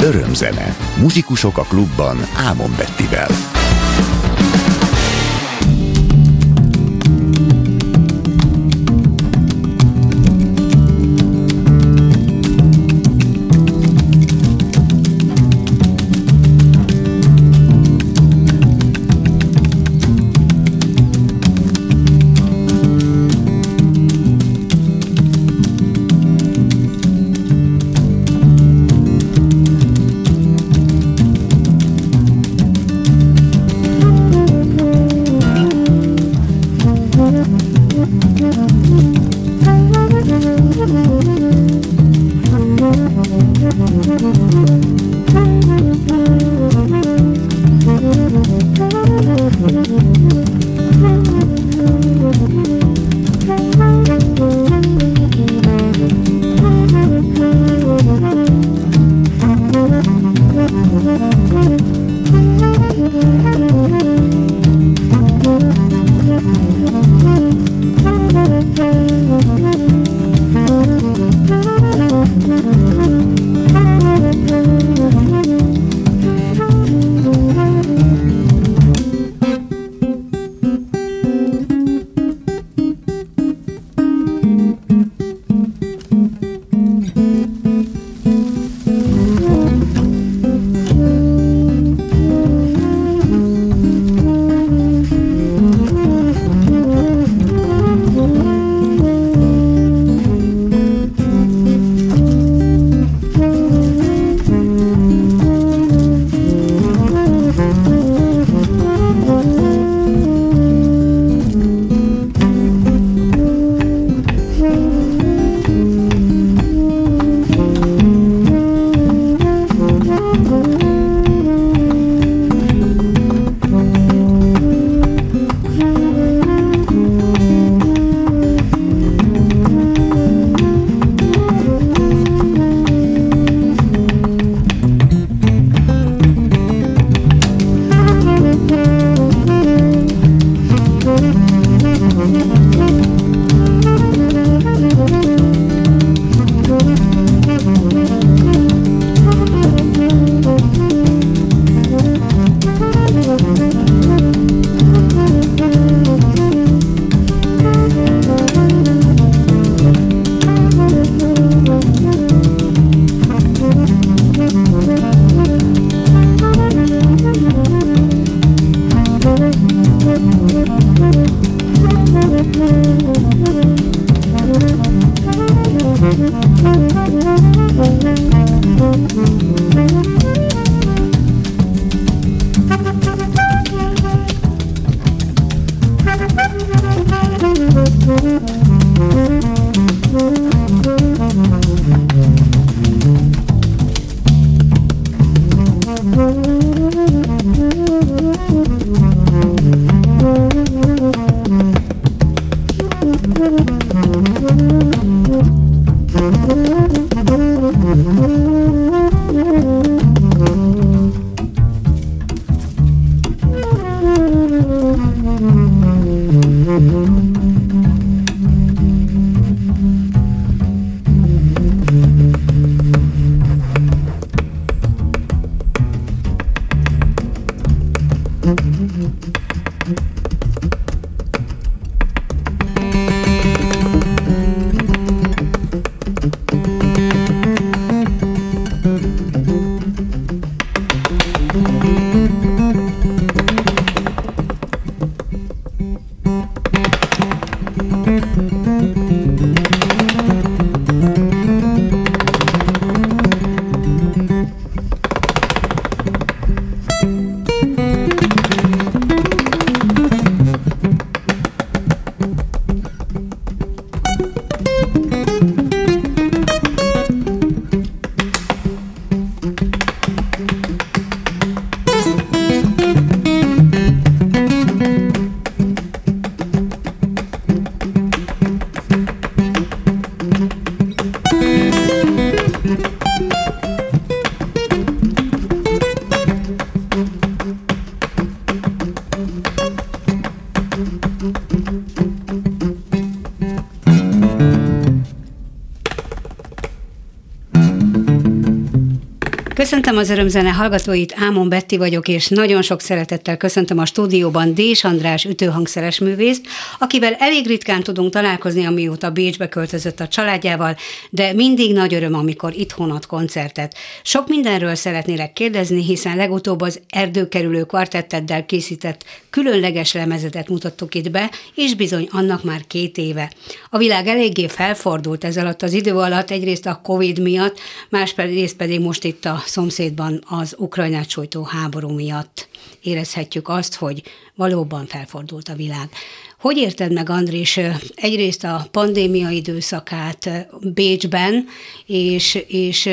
Örömzene. Muzsikusok a klubban Ámon Bettivel. Köszöntöm az Örömzene hallgatóit, Ámon Betti vagyok, és nagyon sok szeretettel köszöntöm a stúdióban Dés András ütőhangszeres művészt, akivel elég ritkán tudunk találkozni, amióta Bécsbe költözött a családjával, de mindig nagy öröm, amikor itthon ad koncertet. Sok mindenről szeretnélek kérdezni, hiszen legutóbb az Erdőkerülő kvartetteddel készített különleges lemezetet mutattuk itt be, és bizony annak már 2 éve. A világ eléggé felfordult ez alatt az idő alatt, egyrészt a Covid miatt, másrészt pedig most itt a szomszédban az Ukrajnát sújtó háború miatt érezhetjük azt, hogy valóban felfordult a világ. Hogy érted meg, Andris, egyrészt a pandémia időszakát Bécsben, és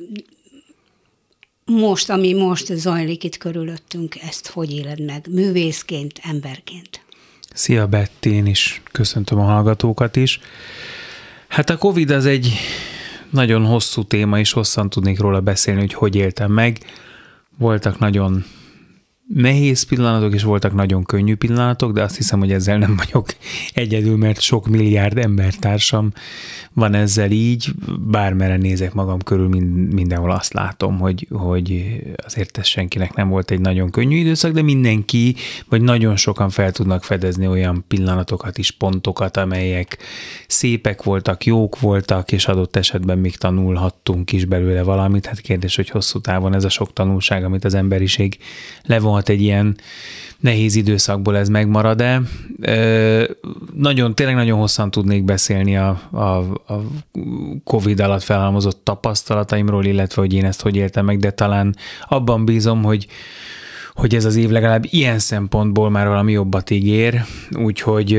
most, ami most zajlik itt körülöttünk, ezt hogy éled meg művészként, emberként? Szia Betty, én is köszöntöm a hallgatókat is. Hát a Covid az egy nagyon hosszú téma, és hosszan tudnék róla beszélni, hogy éltem meg. Voltak nagyon nehéz pillanatok, és voltak nagyon könnyű pillanatok, de azt hiszem, hogy ezzel nem vagyok egyedül, mert sok milliárd embertársam van ezzel így. Bármerre nézek magam körül, mindenhol azt látom, hogy azért ez senkinek nem volt egy nagyon könnyű időszak, de mindenki, vagy nagyon sokan fel tudnak fedezni olyan pillanatokat is, pontokat, amelyek szépek voltak, jók voltak, és adott esetben még tanulhattunk is belőle valamit. Hát kérdés, hogy hosszú távon ez a sok tanulság, amit az emberiség levonhat egy ilyen nehéz időszakból, ez megmarad-e. Tényleg nagyon hosszan tudnék beszélni a Covid alatt felhalmozott tapasztalataimról, illetve hogy én ezt hogy éltem meg, de talán abban bízom, hogy ez az év legalább ilyen szempontból már valami jobbat ígér, úgyhogy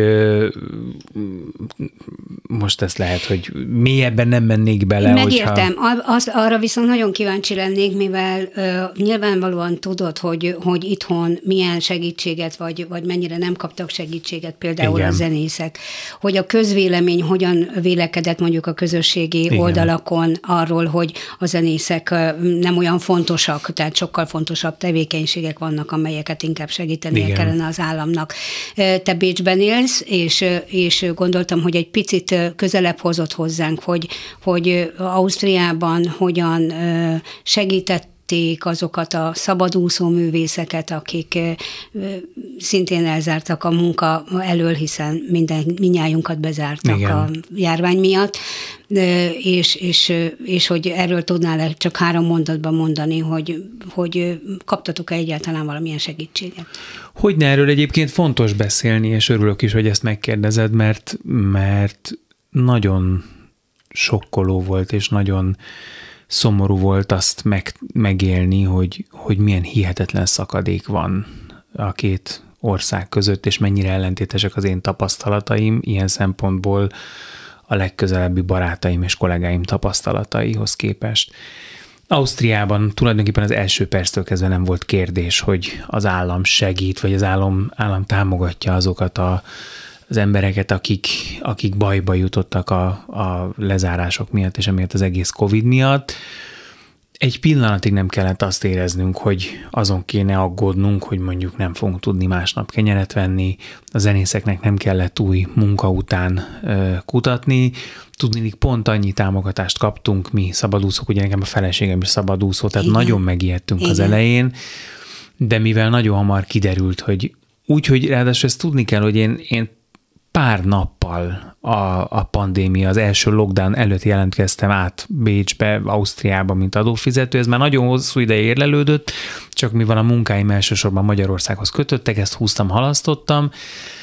most ezt lehet, hogy mélyebben nem mennék bele. Megértem, arra viszont nagyon kíváncsi lennék, mivel nyilvánvalóan tudod, hogy itthon milyen segítséget, vagy mennyire nem kaptak segítséget például igen. A zenészek, hogy a közvélemény hogyan vélekedett mondjuk a közösségi igen. oldalakon arról, hogy a zenészek nem olyan fontosak, tehát sokkal fontosabb tevékenységek vannak, amelyeket inkább segítenie igen. kellene az államnak. Te Bécsben élsz, és gondoltam, hogy egy picit közelebb hozott hozzánk, hogy Ausztriában hogyan segítették azokat a szabadúszó művészeket, akik szintén elzártak a munka elől, hiszen mindnyájunkat bezártak igen. a járvány miatt, és hogy erről tudnál csak 3 mondatban mondani, hogy kaptatok-e egyáltalán valamilyen segítséget? Hogyne, erről egyébként fontos beszélni, és örülök is, hogy ezt megkérdezed, mert nagyon sokkoló volt, és nagyon szomorú volt azt megélni, hogy milyen hihetetlen szakadék van a 2 ország között, és mennyire ellentétesek az én tapasztalataim, ilyen szempontból a legközelebbi barátaim és kollégáim tapasztalataihoz képest. Ausztriában tulajdonképpen az első perctől kezdve nem volt kérdés, hogy az állam segít, vagy az állam támogatja azokat az embereket, akik bajba jutottak a lezárások miatt, és emiatt az egész Covid miatt. Egy pillanatig nem kellett azt éreznünk, hogy azon kéne aggódnunk, hogy mondjuk nem fogunk tudni másnap kenyeret venni, a zenészeknek nem kellett új munka után kutatni, tudniillik pont annyi támogatást kaptunk mi szabadúszók, ugye nekem a feleségem is szabadúszó, tehát igen. nagyon megijedtünk igen. az elején, de mivel nagyon hamar kiderült, hogy úgyhogy ráadásul ezt tudni kell, hogy én pár nappal a pandémia, az első lockdown előtt jelentkeztem át Bécsbe, Ausztriába, mint adófizető. Ez már nagyon hosszú ideje érlelődött, csak mivel a munkáim elsősorban Magyarországhoz kötöttek, ezt húztam, halasztottam,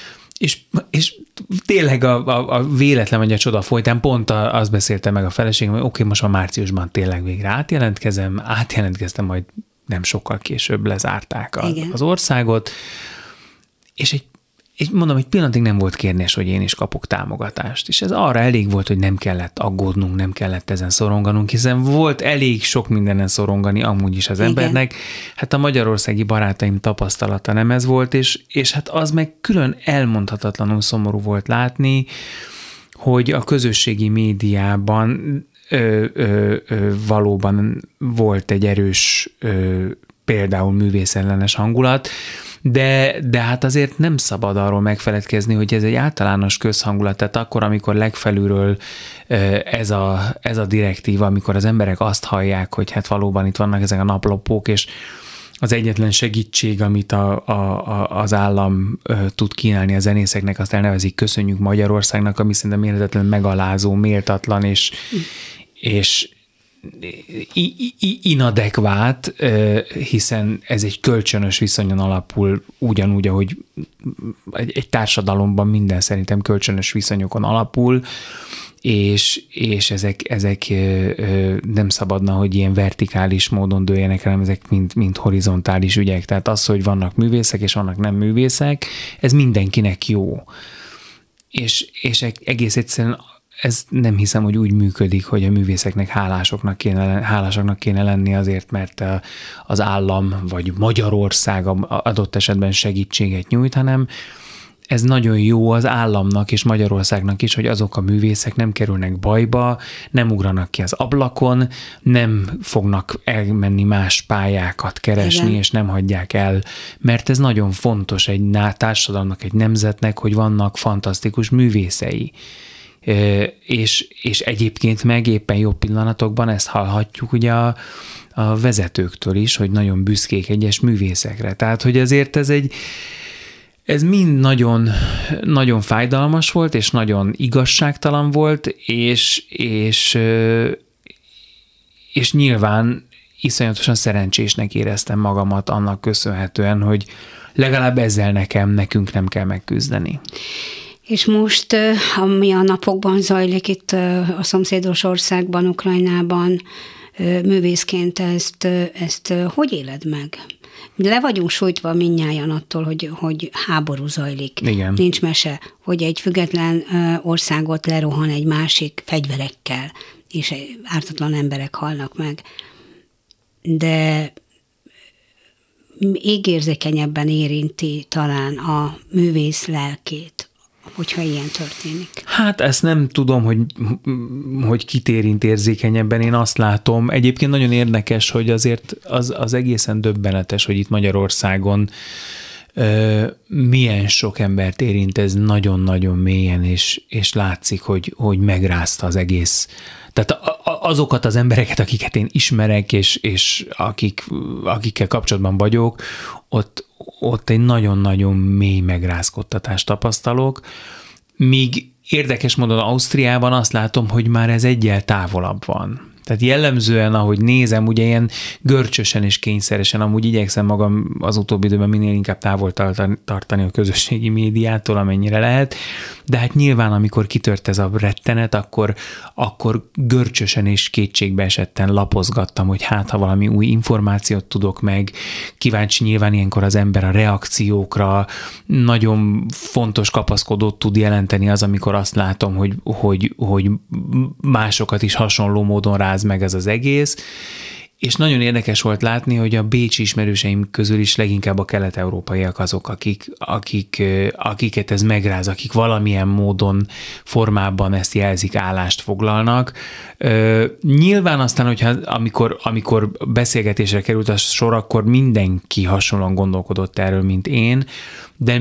és tényleg a véletlen vagy a csoda folytán pont azt beszéltem meg a feleségem, hogy oké, most a márciusban tényleg végre átjelentkeztem, majd nem sokkal később lezárták az országot, és mondom, egy pillanatig nem volt kérdés, hogy én is kapok támogatást. És ez arra elég volt, hogy nem kellett aggódnunk, nem kellett ezen szoronganunk, hiszen volt elég sok mindenen szorongani amúgy is az embernek. Hát a magyarországi barátaim tapasztalata nem ez volt, és hát az meg külön elmondhatatlanul szomorú volt látni, hogy a közösségi médiában valóban volt egy erős például művészellenes hangulat, De hát azért nem szabad arról megfeledkezni, hogy ez egy általános közhangulat, tehát akkor, amikor legfelülről ez a direktíva, amikor az emberek azt hallják, hogy hát valóban itt vannak ezek a naplopók, és az egyetlen segítség, amit az állam tud kínálni a zenészeknek, azt elnevezik köszönjük Magyarországnak, ami szerintem mérhetetlenül megalázó, méltatlan és inadekvát, hiszen ez egy kölcsönös viszonyon alapul, ugyanúgy, ahogy egy társadalomban minden szerintem kölcsönös viszonyokon alapul, és ezek nem szabadna, hogy ilyen vertikális módon dőljenek el, ezek mind horizontális ügyek. Tehát az, hogy vannak művészek és vannak nem művészek, ez mindenkinek jó. És egész egyszerűen ez nem hiszem, hogy úgy működik, hogy a művészeknek hálásaknak kéne lenni azért, mert az állam vagy Magyarország adott esetben segítséget nyújt, hanem ez nagyon jó az államnak és Magyarországnak is, hogy azok a művészek nem kerülnek bajba, nem ugranak ki az ablakon, nem fognak elmenni más pályákat keresni, igen, és nem hagyják el, mert ez nagyon fontos egy társadalomnak, egy nemzetnek, hogy vannak fantasztikus művészei. És egyébként meg éppen jobb pillanatokban ezt hallhatjuk ugye a vezetőktől is, hogy nagyon büszkék egyes művészekre. Tehát, hogy azért ez mind nagyon, nagyon fájdalmas volt, és nagyon igazságtalan volt, és nyilván iszonyatosan szerencsésnek éreztem magamat annak köszönhetően, hogy legalább ezzel nekünk nem kell megküzdeni. És most, ami a napokban zajlik itt a szomszédos országban, Ukrajnában, művészként ezt hogy éled meg? Le vagyunk sújtva mindnyájan attól, hogy háború zajlik. Igen. Nincs mese, hogy egy független országot lerohan egy másik fegyverekkel, és ártatlan emberek halnak meg. De égérzékenyebben érinti talán a művész lelkét, hogyha ilyen történik. Hát ezt nem tudom, hogy kit érint érzékenyebben, én azt látom. Egyébként nagyon érdekes, hogy azért az egészen döbbenetes, hogy itt Magyarországon milyen sok embert érint ez nagyon-nagyon mélyen, és látszik, hogy megrázta az egész. Tehát azokat az embereket, akiket én ismerek, és akikkel kapcsolatban vagyok, ott egy nagyon-nagyon mély megrázkodtatást tapasztalok, míg érdekes módon Ausztriában azt látom, hogy már ez egyel távolabb van. Tehát jellemzően, ahogy nézem, ugye ilyen görcsösen és kényszeresen, amúgy igyekszem magam az utóbbi időben minél inkább távol tartani a közösségi médiától, amennyire lehet, de hát nyilván, amikor kitört ez a rettenet, akkor görcsösen és kétségbe esetten lapozgattam, hogy hát, ha valami új információt tudok meg, kíváncsi nyilván ilyenkor az ember a reakciókra, nagyon fontos kapaszkodót tud jelenteni az, amikor azt látom, hogy másokat is hasonló módon ráz meg ez az egész, és nagyon érdekes volt látni, hogy a bécsi ismerőseim közül is leginkább a kelet-európaiak azok, akiket ez megráz, akik valamilyen módon, formában ezt jelzik, állást foglalnak. Nyilván aztán, hogyha amikor beszélgetésre került a sor, akkor mindenki hasonlóan gondolkodott erről, mint én, de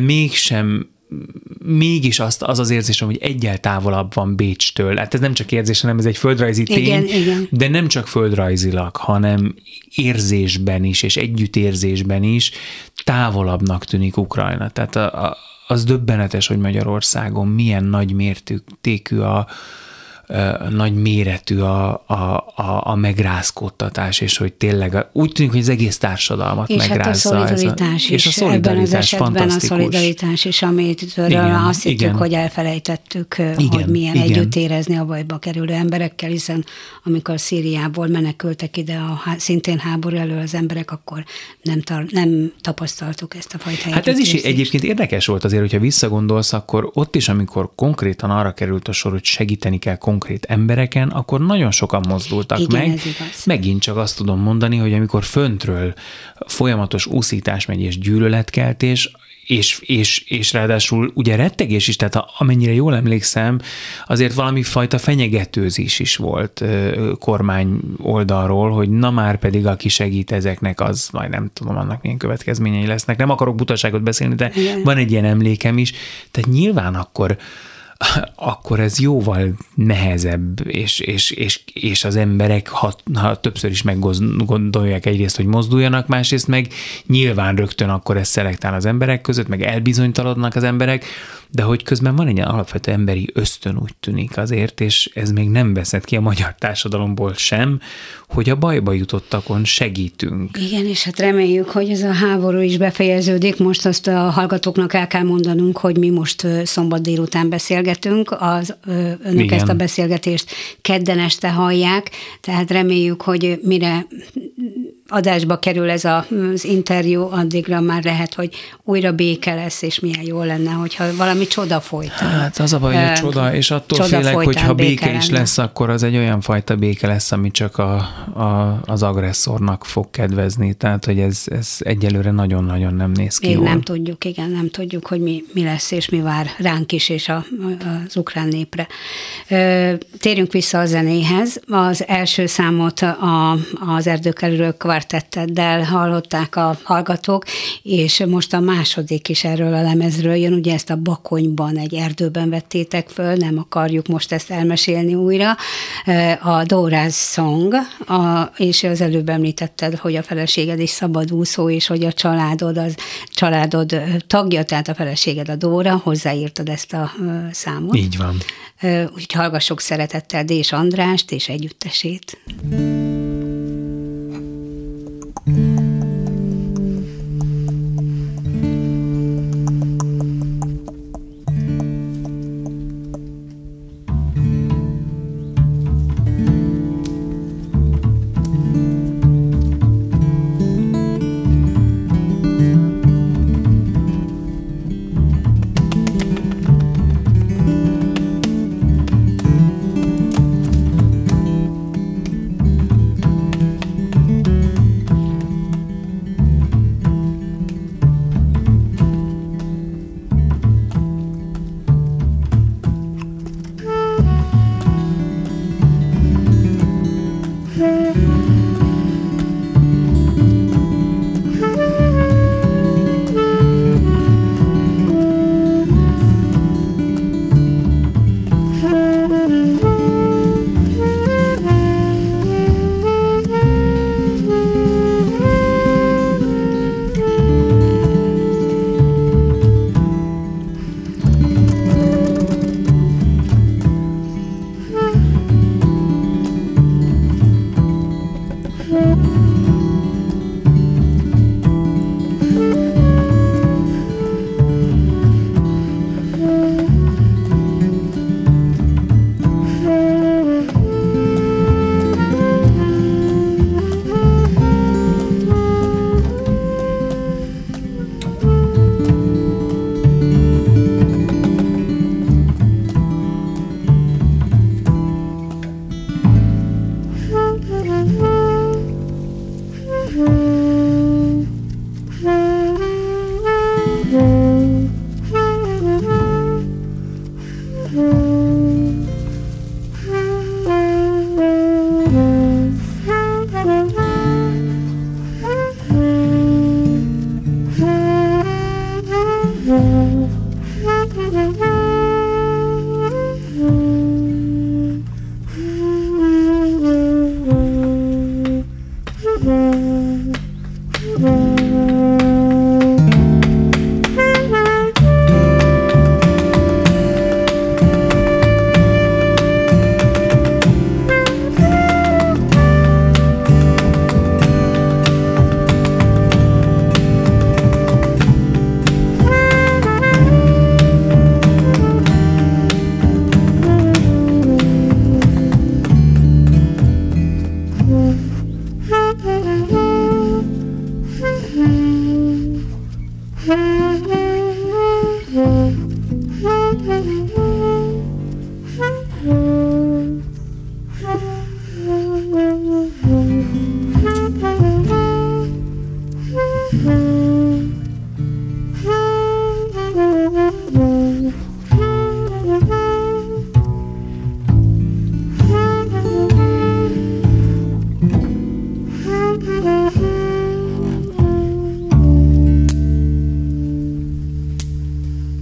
mégis az érzésem, hogy egyel távolabb van Bécstől. Hát ez nem csak érzés, hanem ez egy földrajzi tény, igen. De nem csak földrajzilag, hanem érzésben is, és együttérzésben is távolabbnak tűnik Ukrajna. Tehát az döbbenetes, hogy Magyarországon milyen nagy mértékű nagy méretű a megrázkódtatás, és hogy tényleg úgy tűnik, hogy az egész társadalmat és megrázza. Hát a szolidaritás is, és a szolidaritás ebben az esetben fantasztikus. A szolidaritás is, amitől azt hittük, hogy elfelejtettük, hogy milyen együtt érezni a bajba kerülő emberekkel, hiszen amikor Szíriából menekültek ide szintén háború elől az emberek, akkor nem tapasztaltuk ezt a fajta Hát ez is egyébként érdekes volt azért, hogyha visszagondolsz, akkor ott is, amikor konkrétan arra került a sor, hogy segíteni kell konkrét embereken, akkor nagyon sokan mozdultak. Igen, meg. Megint csak azt tudom mondani, hogy amikor föntről folyamatos úszítás megy és gyűlöletkeltés, és ráadásul ugye rettegés is, tehát amennyire jól emlékszem, azért valami fajta fenyegetőzés is volt kormány oldalról, hogy na már pedig aki segít ezeknek, az majd nem tudom, annak milyen következményei lesznek. Nem akarok butaságot beszélni, de igen, van egy ilyen emlékem is. Tehát nyilván akkor ez jóval nehezebb, és az emberek, ha többször is meggondolják egyrészt, hogy mozduljanak, másrészt meg nyilván rögtön akkor ez szelektál az emberek között, meg elbizonytalanodnak az emberek, de hogy közben van egy ilyen alapvető emberi ösztön, úgy tűnik azért, és ez még nem veszett ki a magyar társadalomból sem, hogy a bajba jutottakon segítünk. Igen, és hát reméljük, hogy ez a háború is befejeződik. Most azt a hallgatóknak el kell mondanunk, hogy mi most szombat délután beszélgetünk, önök igen, ezt a beszélgetést kedden este hallják, tehát reméljük, hogy mire adásba kerül ez az interjú, addigra már lehet, hogy újra béke lesz, és milyen jó lenne, hogyha valami csoda folytán. Hát az a baj, hogy csoda, és attól félek, hogy ha béke is lesz, akkor az egy olyan fajta béke lesz, ami csak az agresszornak fog kedvezni. Tehát, hogy ez egyelőre nagyon-nagyon nem néz ki jól. Nem tudjuk, igen, nem tudjuk, hogy mi lesz, és mi vár ránk is, és az ukrán népre. Térjünk vissza a zenéhez. Az első számot az Erdőkerülő kvartetteddel hallották a hallgatók, és most a második is erről a lemezről jön, ugye ezt a Bakonyban, egy erdőben vettétek föl, nem akarjuk most ezt elmesélni újra. A Dórá's Song, és az előbb említetted, hogy a feleséged is szabadúszó, és hogy a családod tagja, tehát a feleséged a Dóra, hozzáírtad ezt a számot. Így van. Úgyhogy hallgassuk szeretettel Dés Andrást és együttesét.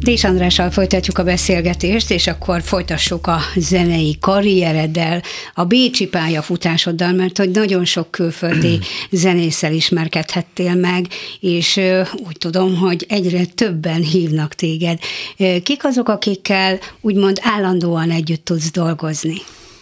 Dés Andrással folytatjuk a beszélgetést, és akkor folytassuk a zenei karriereddel, a bécsi pályafutásoddal, mert hogy nagyon sok külföldi zenésszel ismerkedhettél meg, és úgy tudom, hogy egyre többen hívnak téged. Kik azok, akikkel úgymond állandóan együtt tudsz dolgozni?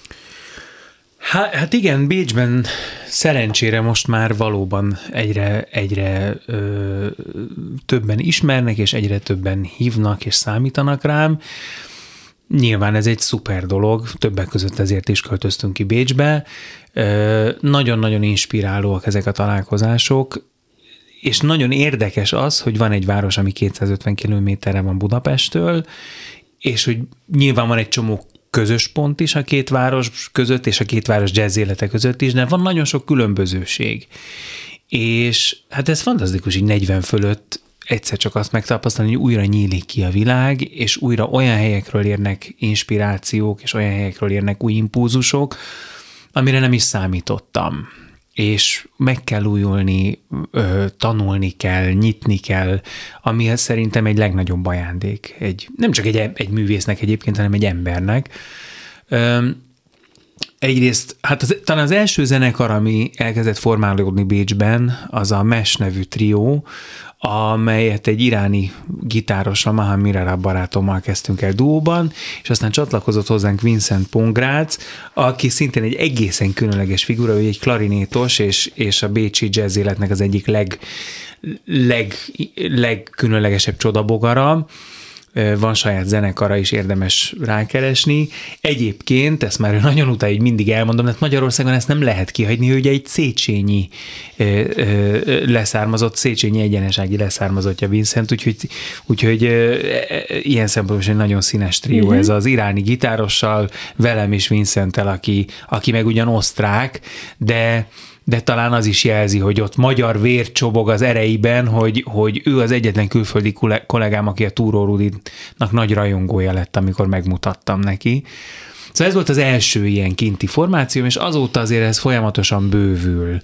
Hát igen, Bécsben szerencsére most már valóban egyre többen ismernek, és egyre többen hívnak és számítanak rám. Nyilván ez egy szuper dolog, többek között ezért is költöztünk ki Bécsbe. Nagyon-nagyon inspirálóak ezek a találkozások, és nagyon érdekes az, hogy van egy város, ami 250 kilométerre van Budapesttől, és hogy nyilván van egy csomó közös pont is a két város között, és a két város jazz élete között is, de van nagyon sok különbözőség. És hát ez fantasztikus, így 40 fölött egyszer csak azt megtapasztalni, hogy újra nyílik ki a világ, és újra olyan helyekről érnek inspirációk, és olyan helyekről érnek új impulzusok, amire nem is számítottam. És meg kell újulni, tanulni kell, nyitni kell, amihez szerintem egy legnagyobb ajándék. Nem csak egy művésznek egyébként, hanem egy embernek. Egyrészt, hát talán az első zenekar, ami elkezdett formálódni Bécsben, az a Mesh nevű trió, amelyet egy iráni gitárossal, Mahan Mirarab barátommal kezdtünk el duóban, és aztán csatlakozott hozzánk Vincent Pongrác, aki szintén egy egészen különleges figura, ő egy klarinétos, és a bécsi jazz életnek az egyik legkülönlegesebb csodabogara. Van saját zenekara is, érdemes rákeresni. Egyébként, ezt már nagyon utáig mindig elmondom, mert Magyarországon ezt nem lehet kihagyni, hogy egy széchenyi leszármazott, széchenyi egyenesági leszármazottja Vincent, úgyhogy ilyen szempontból egy nagyon színes trió ez az iráni gitárossal, velem és Vincenttel, aki meg ugyan osztrák, de talán az is jelzi, hogy ott magyar vér csobog az ereiben, hogy ő az egyetlen külföldi kollégám, aki a Túró Rudinak nagy rajongója lett, amikor megmutattam neki. Szóval ez volt az első ilyen kinti formációm, és azóta azért ez folyamatosan bővül,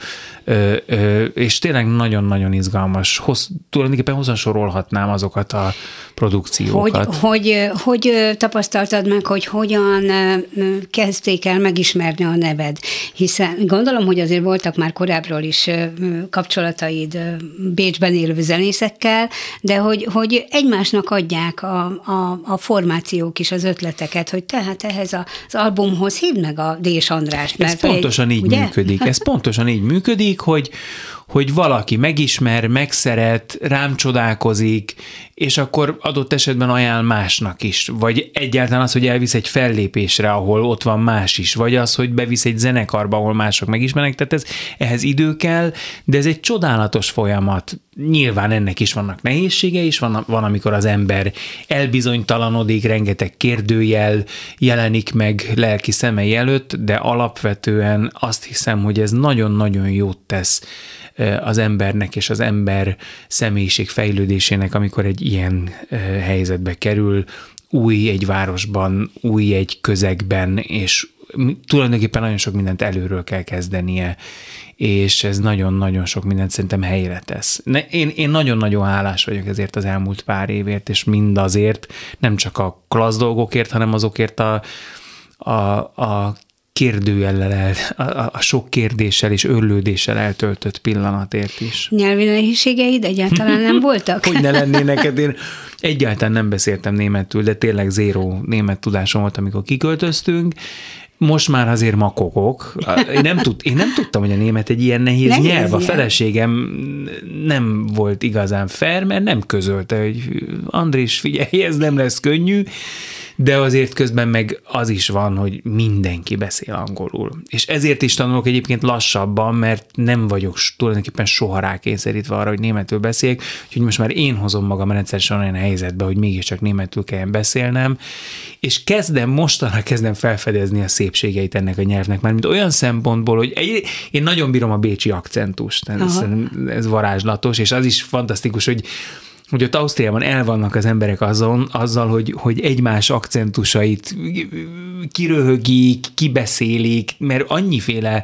és tényleg nagyon-nagyon izgalmas. Tulajdonképpen hosszan sorolhatnám azokat a produkciókat. Hogy tapasztaltad meg, hogy hogyan kezdték el megismerni a neved? Hiszen gondolom, hogy azért voltak már korábbról is kapcsolataid Bécsben élő zenészekkel, de hogy egymásnak adják a formációk is az ötleteket, hogy tehát ehhez az albumhoz hívd meg a Dés Andrást. Ez pontosan így működik. Ez pontosan így működik, hogy valaki megismer, megszeret, rám csodálkozik, és akkor adott esetben ajánl másnak is. Vagy egyáltalán az, hogy elvisz egy fellépésre, ahol ott van más is. Vagy az, hogy bevisz egy zenekarba, ahol mások megismernek. Tehát ehhez idő kell, de ez egy csodálatos folyamat. Nyilván ennek is vannak nehézségei, és van amikor az ember elbizonytalanodik, rengeteg kérdőjel jelenik meg lelki szemei előtt, de alapvetően azt hiszem, hogy ez nagyon-nagyon jót tesz az embernek és az ember személyiség fejlődésének, amikor egy ilyen helyzetbe kerül, új egy városban, új egy közegben, és tulajdonképpen nagyon sok mindent előről kell kezdenie, és ez nagyon-nagyon sok mindent szerintem helyre tesz. Én nagyon-nagyon hálás vagyok ezért az elmúlt pár évért, és mindazért, nem csak a klassz dolgokért, hanem azokért a kérdőjellel, a sok kérdéssel és örlődéssel eltöltött pillanatért is. Nyelvi nehézségeid egyáltalán nem voltak? Hogy ne lennének, én egyáltalán nem beszéltem németül, de tényleg zéró német tudásom volt, amikor kiköltöztünk. Most már azért makogok. Én nem tudtam, hogy a német egy ilyen nehéz nyelv. A feleségem nem volt igazán fair, mert nem közölte, hogy Andris, figyelj, ez nem lesz könnyű, de azért közben meg az is van, hogy mindenki beszél angolul. És ezért is tanulok egyébként lassabban, mert nem vagyok tulajdonképpen soha rákényszerítve arra, hogy németül beszéljek, úgyhogy most már én hozom magam rendszeresen olyan helyzetbe, hogy mégiscsak németül kelljen beszélnem, és mostanra kezdem felfedezni a szépségeit ennek a nyelvnek, már mint olyan szempontból, hogy én nagyon bírom a bécsi akcentust, ez varázslatos, és az is fantasztikus, hogy ott Ausztriában el vannak az emberek azzal, hogy egymás akcentusait kiröhögik, kibeszélik, mert annyiféle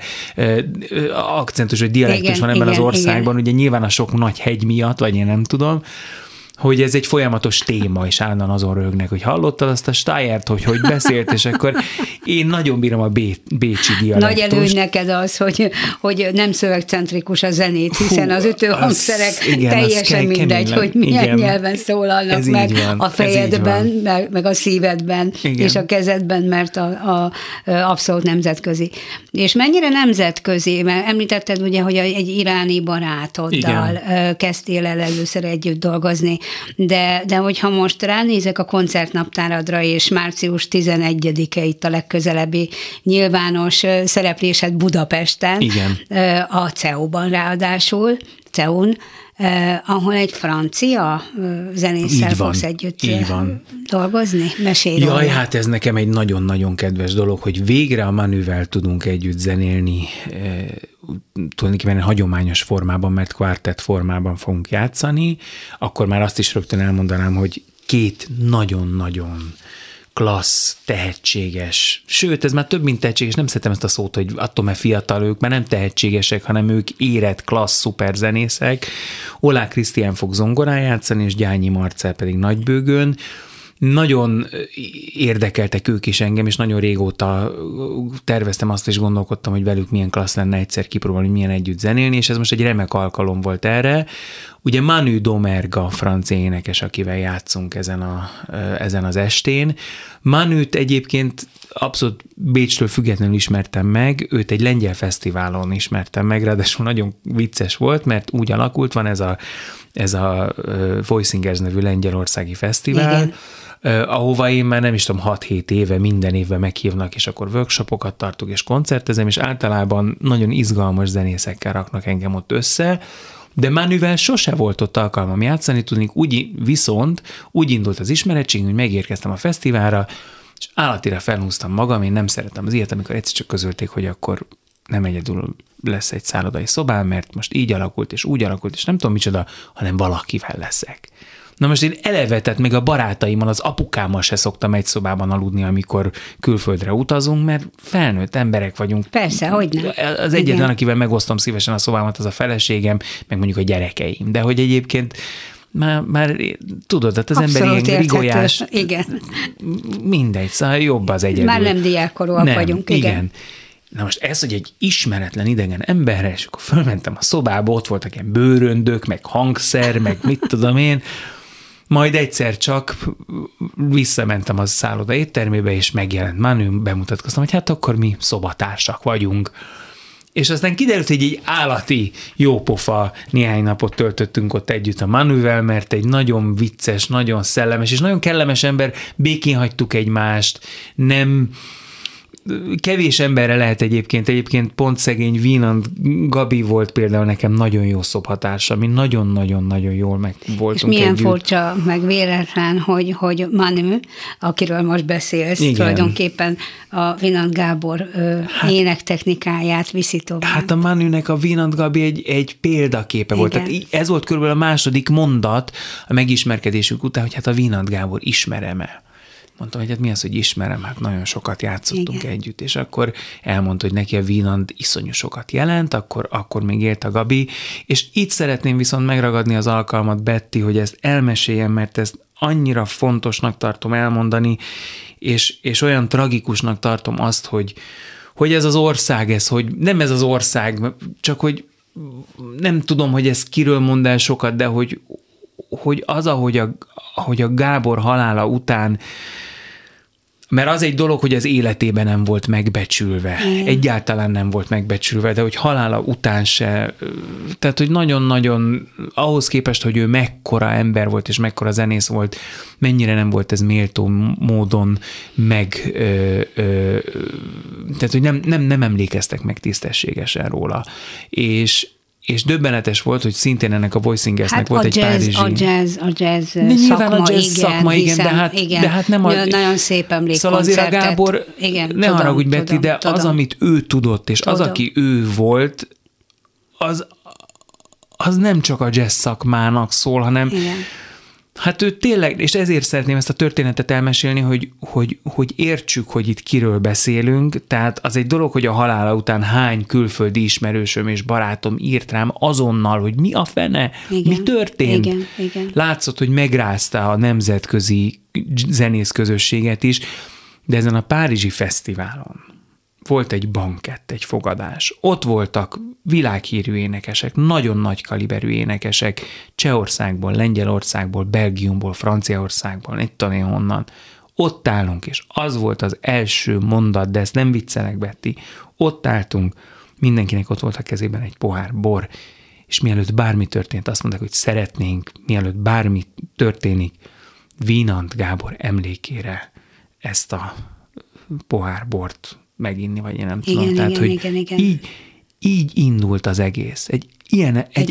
akcentus vagy dialektus van ebben az országban, ugye nyilván a sok nagy hegy miatt, vagy én nem tudom, hogy ez egy folyamatos téma, és állandóan azon röhögnek, hogy hallottad azt a Steyert, hogy beszélt, és akkor én nagyon bírom a bécsi dialektust. Nagy előny neked az, hogy nem szövegcentrikus a zenét, hiszen az ütőhangszerek teljesen mindegy, hogy milyen nyelven szólalnak meg a fejedben, meg a szívedben, és a kezedben, mert a abszolút nemzetközi. És mennyire nemzetközi, mert említetted ugye, hogy egy iráni barátoddal kezdtél el először együtt dolgozni, de hogyha most ránézek a koncertnaptáradra, és március 11-e itt a legközelebbi nyilvános szereplésed Budapesten, a CEU-ban ráadásul, CEU-n, ahol egy francia zenésszel fogsz együtt dolgozni? Mesélj róla. Jaj, hát ez nekem egy nagyon-nagyon kedves dolog, hogy végre a Manővel tudunk együtt zenélni, tulajdonképpen hagyományos formában, mert kvartett formában fogunk játszani, akkor már azt is rögtön elmondanám, hogy két nagyon-nagyon klassz, tehetséges, sőt, ez már több, mint tehetséges, nem szeretem ezt a szót, hogy attól, mert fiatal ők, mert nem tehetségesek, hanem ők érett, klassz, szuper zenészek. Oláh Krisztián fog zongorán játszani, és Gyányi Marcell pedig nagybőgőn. Nagyon érdekeltek ők is engem, és nagyon régóta terveztem azt, és gondolkodtam, hogy velük milyen klassz lenne egyszer kipróbálni, milyen együtt zenélni, és ez most egy remek alkalom volt erre. Ugye Manu Domerga, francia énekes, akivel játszunk ezen az estén. Manut egyébként abszolút Bécstől függetlenül ismertem meg, őt egy lengyel fesztiválon ismertem meg, ráadásul nagyon vicces volt, mert úgy alakult, van ez a Voicingers nevű lengyelországi fesztivál, ahova én már nem is tudom, 6-7 éve minden évben meghívnak, és akkor workshopokat tartok, és koncertezem, és általában nagyon izgalmas zenészekkel raknak engem ott össze, de Manuvel sose volt ott alkalmam játszani, tudnék, viszont úgy indult az ismerettség, hogy megérkeztem a fesztiválra, és állatira felhúztam magam, én nem szeretem az ilyet, amikor egyszer csak közölték, hogy akkor nem egyedül lesz egy szállodai szobám, mert most így alakult, és úgy alakult, és nem tudom micsoda, hanem valakivel leszek. Na most én eleve, tehát még a barátaimmal, az apukámmal se szoktam egy szobában aludni, amikor külföldre utazunk, mert felnőtt emberek vagyunk. Persze, hogy nem. Az egyetlen, akivel megosztom szívesen a szobámat, az a feleségem, meg mondjuk a gyerekeim. De hogy egyébként már tudod, tehát az ember ilyen rigolyás. Igen. Mindegy, szóval jobb az egyedül. Már nem diákkorúak vagyunk. Igen. Na most ez, hogy egy ismeretlen idegen emberre, és akkor fölmentem a szobába, ott voltak ilyen bőröndök, meg hangszer, meg mit tudom én, majd egyszer csak visszamentem a szálloda éttermébe, és megjelent Manu, bemutatkoztam, hogy hát akkor mi szobatársak vagyunk. És aztán kiderült, hogy egy állati jópofa néhány napot töltöttünk ott együtt a Manuvel, mert egy nagyon vicces, nagyon szellemes, és nagyon kellemes ember, békén hagytuk egymást, nem... Kevés emberre lehet egyébként pont szegény Wieland Gabi volt például nekem nagyon jó szobhatársa, mi nagyon-nagyon-nagyon jól meg voltunk és milyen együtt. furcsa, meg véletlen, hogy Manu, akiről most beszélsz, igen, tulajdonképpen a Wieland Gábor énektechnikáját viszi tovább. Hát a Manunek a Wieland Gabi egy példaképe volt. Tehát ez volt körülbelül a második mondat a megismerkedésünk után, hogy hát a Wieland Gábor ismerem-e. Mondtam, hogy hát mi az, hogy ismerem, hát nagyon sokat játszottunk együtt, és akkor elmondta, hogy neki a Wieland iszonyú sokat jelent, akkor még élt a Gabi, és itt szeretném viszont megragadni az alkalmat, Betty, hogy ezt elmeséljem, mert ezt annyira fontosnak tartom elmondani, és olyan tragikusnak tartom azt, hogy ez az ország, hogy nem ez az ország, csak hogy nem tudom, hogy ez kiről mond el sokat, de hogy az, ahogy a Gábor halála után, mert az egy dolog, hogy az életében nem volt megbecsülve, egyáltalán nem volt megbecsülve, de hogy halála után se, tehát hogy nagyon-nagyon ahhoz képest, hogy ő mekkora ember volt, és mekkora zenész volt, mennyire nem volt ez méltó módon tehát hogy nem emlékeztek meg tisztességesen róla. És döbbenetes volt, hogy szintén ennek a Voicingersnek volt egy párizsi... A jazz szakma, igen, de hát nem a... Nagyon szép emlékkoncertet. Szóval azért a Gábor, ne haragudj, Betty, de tudom. Az, amit ő tudott, és az, aki ő volt, az nem csak a jazz szakmának szól, hanem Hát ő tényleg, és ezért szeretném ezt a történetet elmesélni, hogy értsük, hogy itt kiről beszélünk, tehát az egy dolog, hogy a halála után hány külföldi ismerősöm és barátom írt rám azonnal, hogy mi a fene, mi történt. Igen. Látszott, hogy megrázta a nemzetközi zenészközösséget is, de ezen a Párizsi Fesztiválon volt egy bankett, egy fogadás. Ott voltak világhírű énekesek, nagyon nagy kaliberű énekesek, Csehországból, Lengyelországból, Belgiumból, Franciaországból, itt tanulni honnan. Ott állunk, és az volt az első mondat, de ezt nem viccelek, Betty. Ott álltunk, mindenkinek ott volt a kezében egy pohár bor, és mielőtt bármi történt, azt mondták, hogy szeretnénk, mielőtt bármi történik, Wienand Gábor emlékére ezt a pohár bort meginni, vagy én nem tudom. Igen, tehát, igen. Így indult az egész. Egy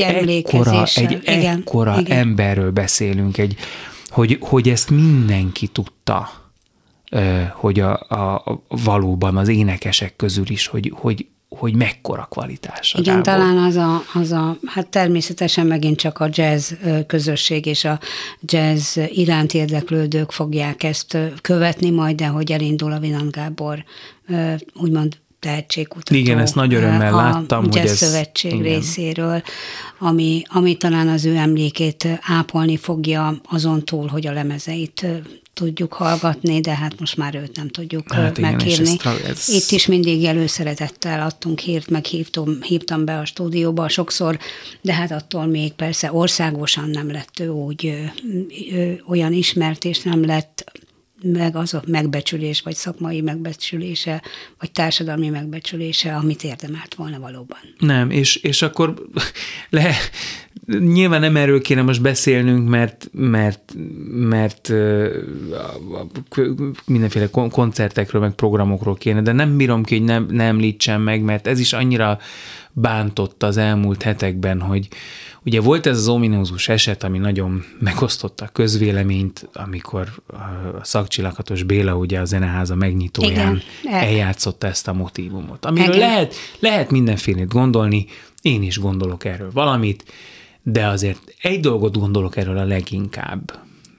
ekkora emberről beszélünk, hogy ezt mindenki tudta, hogy valóban az énekesek közül is, hogy mekkora kvalitás. Igen, Gábor. Talán hát természetesen megint csak a jazz közösség és a jazz iránt érdeklődők fogják ezt követni majd, de hogy elindul a Wienand Gábor úgymond tehetségkutató. Igen, ezt nagy örömmel láttam. A Jazz Szövetség részéről, ami talán az ő emlékét ápolni fogja azon túl, hogy a lemezeit tudjuk hallgatni, de hát most már őt nem tudjuk meghívni. Itt is mindig előszeretettel adtunk hírt, meg hívtam be a stúdióba sokszor, de hát attól még persze országosan nem lett ő úgy olyan ismert, és nem lett meg az a megbecsülés, vagy szakmai megbecsülése, vagy társadalmi megbecsülése, amit érdemelt volna valóban. Nem, és akkor nyilván nem erről kéne most beszélnünk, mert mindenféle koncertekről, meg programokról kéne, de nem bírom ki, hogy ne említsem meg, mert ez is annyira bántott az elmúlt hetekben, hogy ugye volt ez az ominózus eset, ami nagyon megosztotta a közvéleményt, amikor a Szakcsi-Lakatos Béla ugye a Zeneháza megnyitóján eljátszotta ezt a motívumot. Amiről lehet mindenfélét gondolni, én is gondolok erről valamit, de azért egy dolgot gondolok erről a leginkább.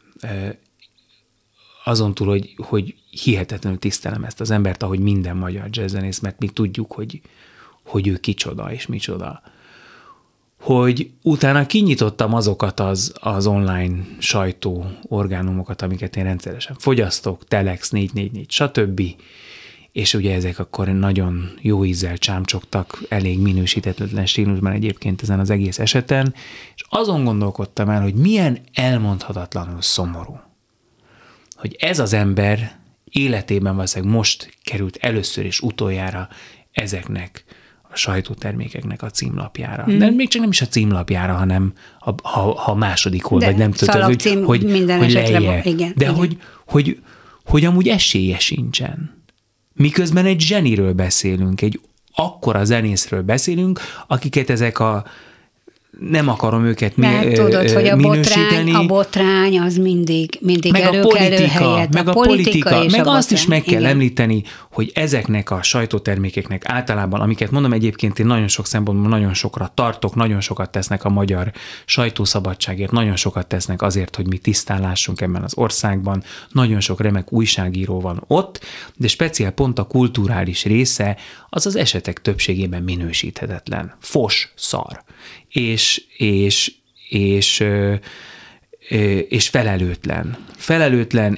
Azon túl, hogy hihetetlenül tisztelem ezt az embert, ahogy minden magyar jazzzenész, mert mi tudjuk, hogy ő kicsoda és micsoda. Hogy utána kinyitottam azokat az online sajtó orgánumokat, amiket én rendszeresen fogyasztok, Telex, 444, stb., és ugye ezek akkor nagyon jó ízzel csámcsogtak, elég minősítetlen stílusban egyébként ezen az egész eseten, és azon gondolkodtam el, hogy milyen elmondhatatlanul szomorú, hogy ez az ember életében valószínűleg most került először és utoljára ezeknek a sajtótermékeknek a címlapjára. De még csak nem is a címlapjára, hanem ha második hol, vagy nem tudom, hogy lejje. Igen, de igen. Hogy amúgy esélye sincsen. Miközben egy zseniről beszélünk, egy akkora zenészről beszélünk, akiket ezek nem akarom őket tudod, hogy minősíteni. A botrány az mindig meg előkelő helyet. Meg a politika, és meg a azt is meg kell igen. említeni, hogy ezeknek a sajtótermékeknek általában, amiket mondom egyébként, én nagyon sok szempontból nagyon sokra tartok, nagyon sokat tesznek a magyar sajtószabadságért, nagyon sokat tesznek azért, hogy mi tisztán lássunk ebben az országban, nagyon sok remek újságíró van ott, de speciál pont a kulturális része az az esetek többségében minősíthetetlen. Fos, szar. És felelőtlen. Felelőtlen,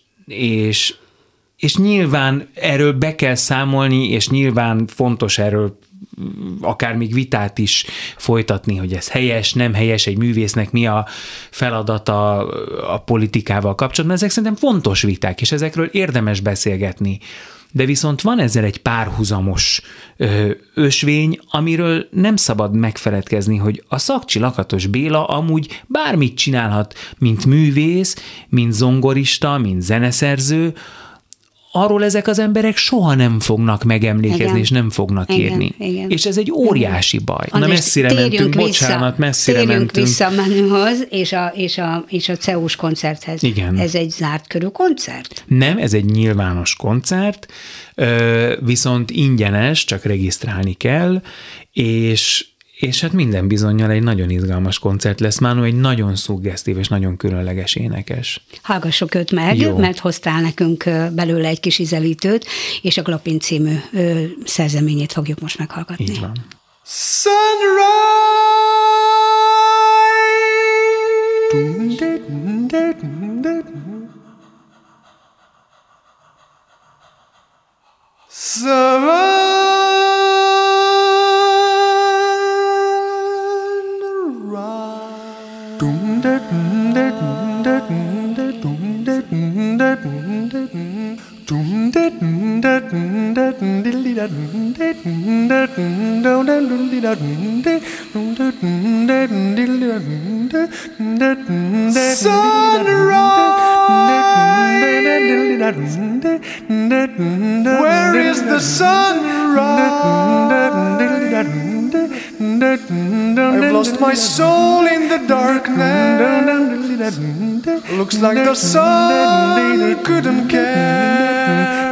és nyilván erről be kell számolni, és nyilván fontos erről akár még vitát is folytatni, hogy ez helyes, nem helyes, egy művésznek mi a feladata a politikával kapcsolatban. Ezek szerintem fontos viták, és ezekről érdemes beszélgetni. De viszont van ezzel egy párhuzamos ösvény, amiről nem szabad megfeledkezni, hogy a Szakcsi-Lakatos Béla amúgy bármit csinálhat, mint művész, mint zongorista, mint zeneszerző, arról ezek az emberek soha nem fognak megemlékezni, igen. És nem fognak írni. Igen. És ez egy óriási baj. Na messzire mentünk, bocsánat, messzire mentünk. Térjünk vissza Menühoz és a CEUS koncerthez. Igen. Ez egy zárt körű koncert? Nem, ez egy nyilvános koncert, viszont ingyenes, csak regisztrálni kell, és és hát minden bizonnyal egy nagyon izgalmas koncert lesz. Mánu egy nagyon szuggesztív és nagyon különleges énekes. Hallgassuk őt meg, jó, mert hoztál nekünk belőle egy kis ízelítőt, és a Glapin című szerzeményét fogjuk most meghallgatni. Így van. Where is the sunrise? I've lost my soul in the darkness. Looks like the sun couldn't care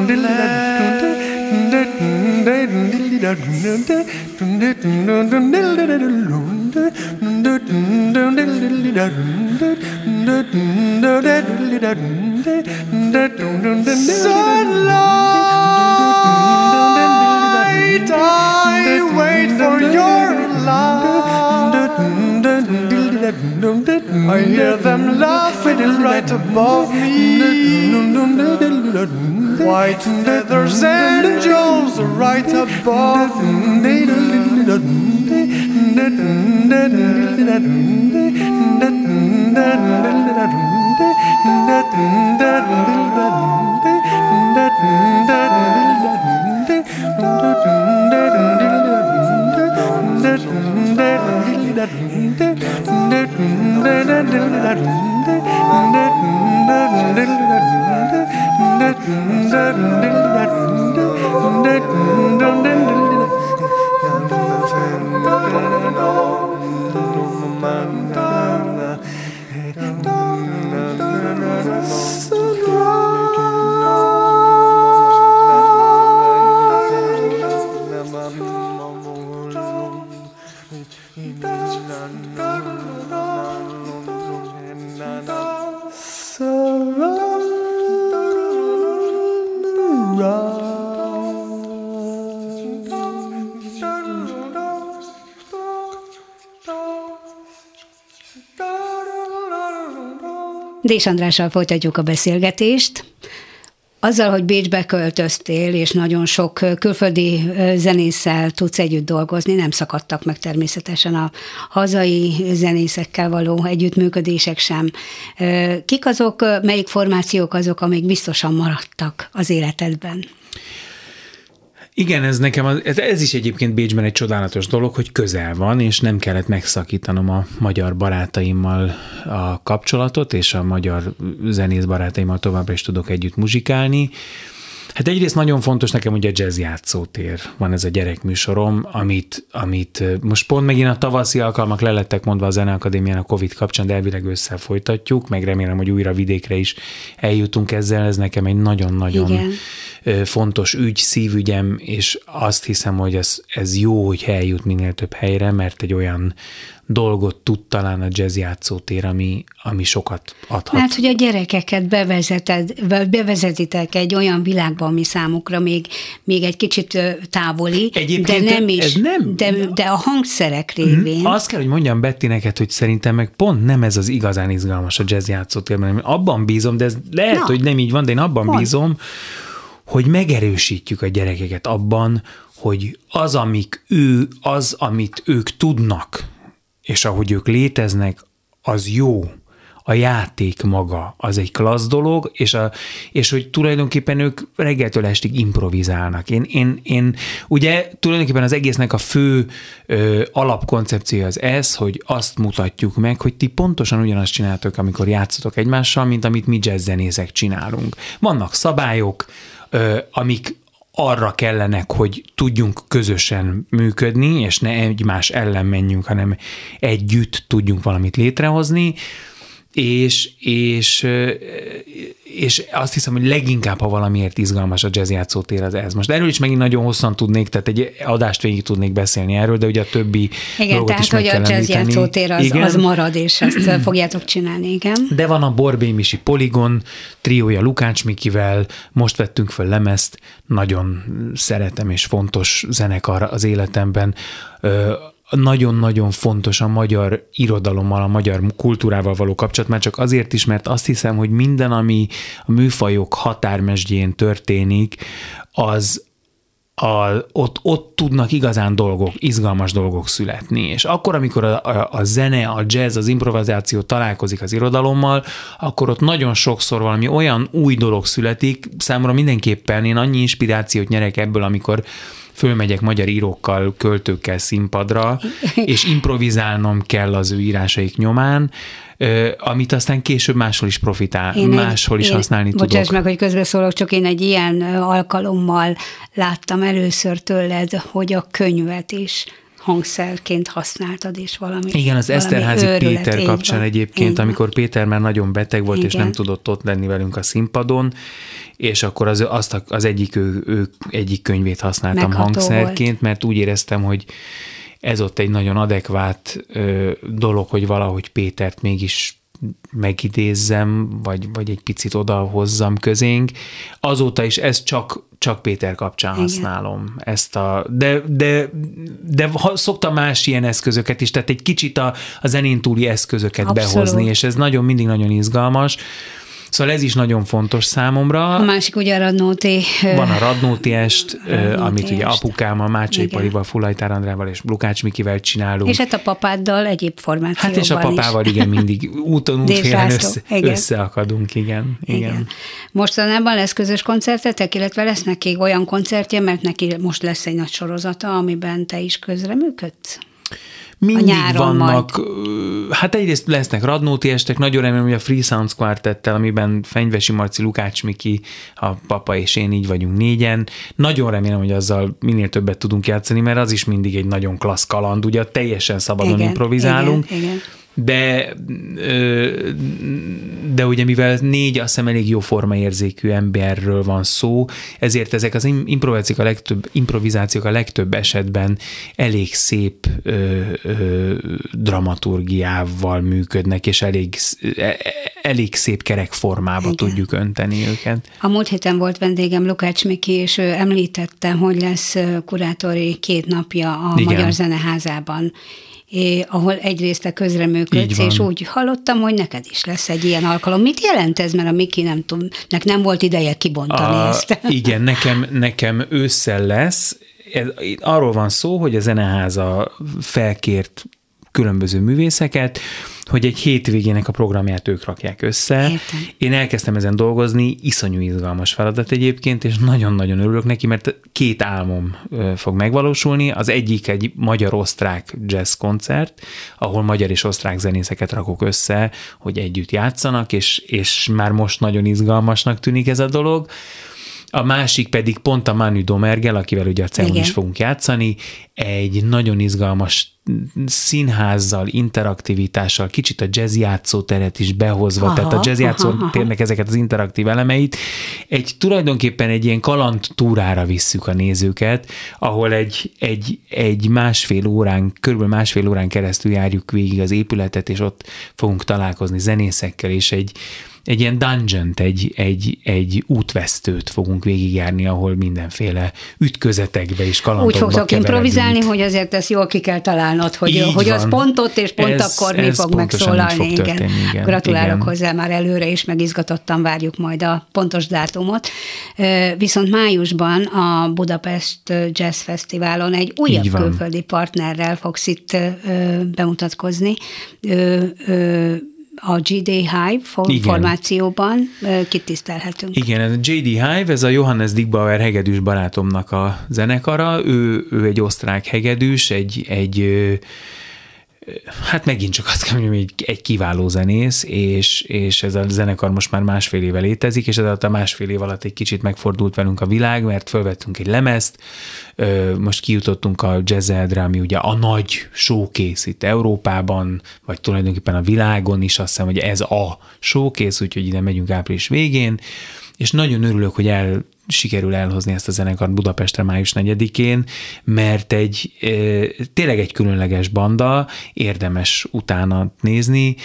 Sunlight, I wait for your light. I hear them laughing right above me. White feathers, angels right above me. Dés Andrással folytatjuk a beszélgetést. Azzal, hogy Bécsbe költöztél, és nagyon sok külföldi zenésszel tudsz együtt dolgozni, nem szakadtak meg természetesen a hazai zenészekkel való együttműködések sem. Kik azok, melyik formációk azok, amik biztosan maradtak az életedben? Igen, ez nekem, ez is egyébként Bécsben egy csodálatos dolog, hogy közel van, és nem kellett megszakítanom a magyar barátaimmal a kapcsolatot, és a magyar zenész barátaimmal továbbra is tudok együtt muzsikálni. Hát egyrészt nagyon fontos nekem, hogy a jazz játszótér van, ez a gyerekműsorom, amit most pont megint a tavaszi alkalmak lelettek mondva a Zeneakadémián a Covid kapcsán, de elvileg ősszel folytatjuk, meg remélem, hogy újra vidékre is eljutunk ezzel, ez nekem egy nagyon-nagyon fontos ügy, szívügyem, és azt hiszem, hogy ez jó, hogy eljut minél több helyre, mert egy olyan dolgot tud talán a jazz játszótér, ami sokat adhat. Mert hogy a gyerekeket bevezetitek egy olyan világba, ami számukra még egy kicsit távoli, egyébként de nem is, de a hangszerek révén. Azt kell, hogy mondjam Betty neked, hogy szerintem meg pont nem ez az igazán izgalmas a jazz játszótérben. Abban bízom, de ez lehet, hogy nem így van, de én abban bízom, hogy megerősítjük a gyerekeket abban, hogy amit ők tudnak, és ahogy ők léteznek, az jó. A játék maga, az egy klassz dolog, és hogy tulajdonképpen ők reggeltől estig improvizálnak. Én ugye tulajdonképpen az egésznek a fő alapkoncepciója az ez, hogy azt mutatjuk meg, hogy ti pontosan ugyanazt csináltok, amikor játszotok egymással, mint amit mi jazzzenészek csinálunk. Vannak szabályok, amik arra kellenek, hogy tudjunk közösen működni, és ne egymás ellen menjünk, hanem együtt tudjunk valamit létrehozni, és azt hiszem, hogy leginkább, ha valamiért izgalmas a jazz játszótér, az ez. Most erről is megint nagyon hosszan tudnék, tehát egy adást végig tudnék beszélni erről, de ugye a többi dolgot is meg kell említeni. Igen, tehát, hogy a jazz játszótér az marad, és ezt fogjátok csinálni, igen. De van a Borbély Misi Poligon triója Lukács Mikivel, most vettünk föl lemezt, nagyon szeretem és fontos zenekar az életemben. Nagyon-nagyon fontos a magyar irodalommal, a magyar kultúrával való kapcsolat, már csak azért is, mert azt hiszem, hogy minden, ami a műfajok határmesdjén történik, ott tudnak igazán izgalmas dolgok születni. És akkor, amikor a zene, a jazz, az improvizáció találkozik az irodalommal, akkor ott nagyon sokszor valami olyan új dolog születik, számomra mindenképpen én annyi inspirációt nyerek ebből, amikor fölmegyek magyar írókkal, költőkkel színpadra, és improvizálnom kell az ő írásaik nyomán, amit aztán később máshol is máshol is használni tudok. Bocsáss meg, hogy közbeszólok, csak én egy ilyen alkalommal láttam először tőled, hogy a könyvet is hangszerként használtad, és valami igen, az Eszterházy Péter kapcsán egyébként, amikor Péter már nagyon beteg volt, igen, és nem tudott ott lenni velünk a színpadon, és akkor az egyik könyvét használtam hangszerként, volt. Mert úgy éreztem, hogy ez ott egy nagyon adekvát dolog, hogy valahogy Pétert mégis megidézzem, vagy egy picit odahozzam közénk. Azóta is ezt csak Péter kapcsán igen, használom. De szoktam más ilyen eszközöket is, tehát egy kicsit a zenén túli eszközöket abszolút behozni, és ez mindig nagyon izgalmas. Szóval ez is nagyon fontos számomra. A másik ugye a Radnóti. Van a Radnóti est, amit ugye apukámmal, Mácsai Palival, Fullajtár Andrával és Lukács Mikivel csinálunk. És hát a papáddal egyéb formációban is. Hát és a papával igen, mindig útfélen összeakadunk, igen. Mostanában lesz közös koncertetek, illetve lesz neki olyan koncertje, mert neki most lesz egy nagy sorozata, amiben te is közreműködsz? Mindig vannak, hát egyrészt lesznek Radnóti estek, nagyon remélem, hogy a Free Sounds Quartettel, amiben Fenyvesi Marci, Lukács Miki, a papa és én így vagyunk 4-en. Nagyon remélem, hogy azzal minél többet tudunk játszani, mert az is mindig egy nagyon klassz kaland, ugye teljesen szabadon improvizálunk. Igen. De ugye mivel 4 azt hiszem elég jó formaérzékű emberről van szó, ezért ezek az improvizációk a legtöbb esetben elég szép dramaturgiával működnek, és elég szép kerek formába tudjuk önteni őket. A múlt héten volt vendégem Lukács Miki, és ő említette, hogy lesz kurátori 2 napja a Magyar Zeneházában, ahol egyrészt te közreműködsz, és úgy hallottam, hogy neked is lesz egy ilyen alkalom. Mit jelent ez, mert a Miki nem volt ideje kibontani ezt? Igen, nekem ősszel lesz. Arról van szó, hogy a Zeneháza felkért különböző művészeket, hogy egy hétvégének a programját ők rakják össze. Értem. Én elkezdtem ezen dolgozni, iszonyú izgalmas feladat egyébként, és nagyon-nagyon örülök neki, mert 2 álmom fog megvalósulni. Az egyik egy magyar-osztrák jazz koncert, ahol magyar és osztrák zenészeket rakok össze, hogy együtt játszanak, és már most nagyon izgalmasnak tűnik ez a dolog. A másik pedig pont a Manu Domergel, akivel ugye a CEUN is fogunk játszani, egy nagyon izgalmas színházzal, interaktivitással, kicsit a jazz játszóteret is behozva, tehát a jazz játszótérnek ezeket az interaktív elemeit, tulajdonképpen egy ilyen kalandtúrára visszük a nézőket, ahol egy körülbelül másfél órán keresztül járjuk végig az épületet, és ott fogunk találkozni zenészekkel, és egy ilyen dungeont, egy útvesztőt fogunk végigjárni, ahol mindenféle ütközetekbe és kalandokba úgy fogtok improvizálni, hogy azért ezt jól ki kell találnod, hogy az pont ott és pont akkor mi fog megszólalni. Igen. Gratulálok hozzá már előre is, meg izgatottan várjuk majd a pontos dátumot. Viszont májusban a Budapest Jazz Fesztiválon egy újabb külföldi partnerrel fogsz itt bemutatkozni. A J.D. Hive formációban kit tisztelhetünk. Igen, ez a J.D. Hive, ez a Johannes Dickbauer hegedűs barátomnak a zenekara, ő egy osztrák hegedűs, hát megint csak azt kell mondjam, hogy egy kiváló zenész, és ez a zenekar most már másfél éve létezik, és ez alatt a másfél év alatt egy kicsit megfordult velünk a világ, mert fölvettünk egy lemezt, most kijutottunk a Jazzedre, ami ugye a nagy showcase itt Európában, vagy tulajdonképpen a világon is, azt hiszem, hogy ez a showcase, úgyhogy ide megyünk április végén, és nagyon örülök, hogy sikerül elhozni ezt a zenekart Budapestre május 4-én, mert tényleg egy különleges banda, érdemes utána nézni,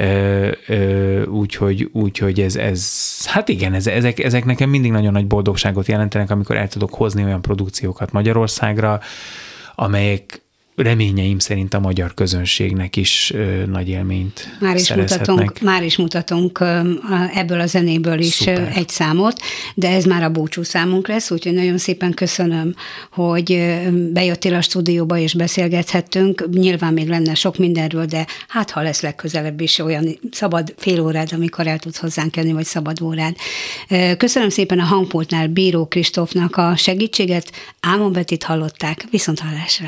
úgyhogy ez hát igen, ezek nekem mindig nagyon nagy boldogságot jelentenek, amikor el tudok hozni olyan produkciókat Magyarországra, amelyek reményeim szerint a magyar közönségnek is nagy élményt szerezhetnek. Már is mutatunk ebből a zenéből is Szuper. Egy számot, de ez már a búcsú számunk lesz, úgyhogy nagyon szépen köszönöm, hogy bejöttél a stúdióba és beszélgethettünk. Nyilván még lenne sok mindenről, de hát ha lesz legközelebb is olyan szabad fél órád, amikor el tudsz hozzánk jönni, vagy szabad órád. Köszönöm szépen a hangpultnál Bíró Kristófnak a segítséget. Ámon Bettit hallották, viszonthallásra.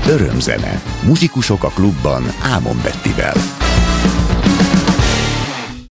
Örömzene. Muzsikusok a klubban Ámon Bettivel.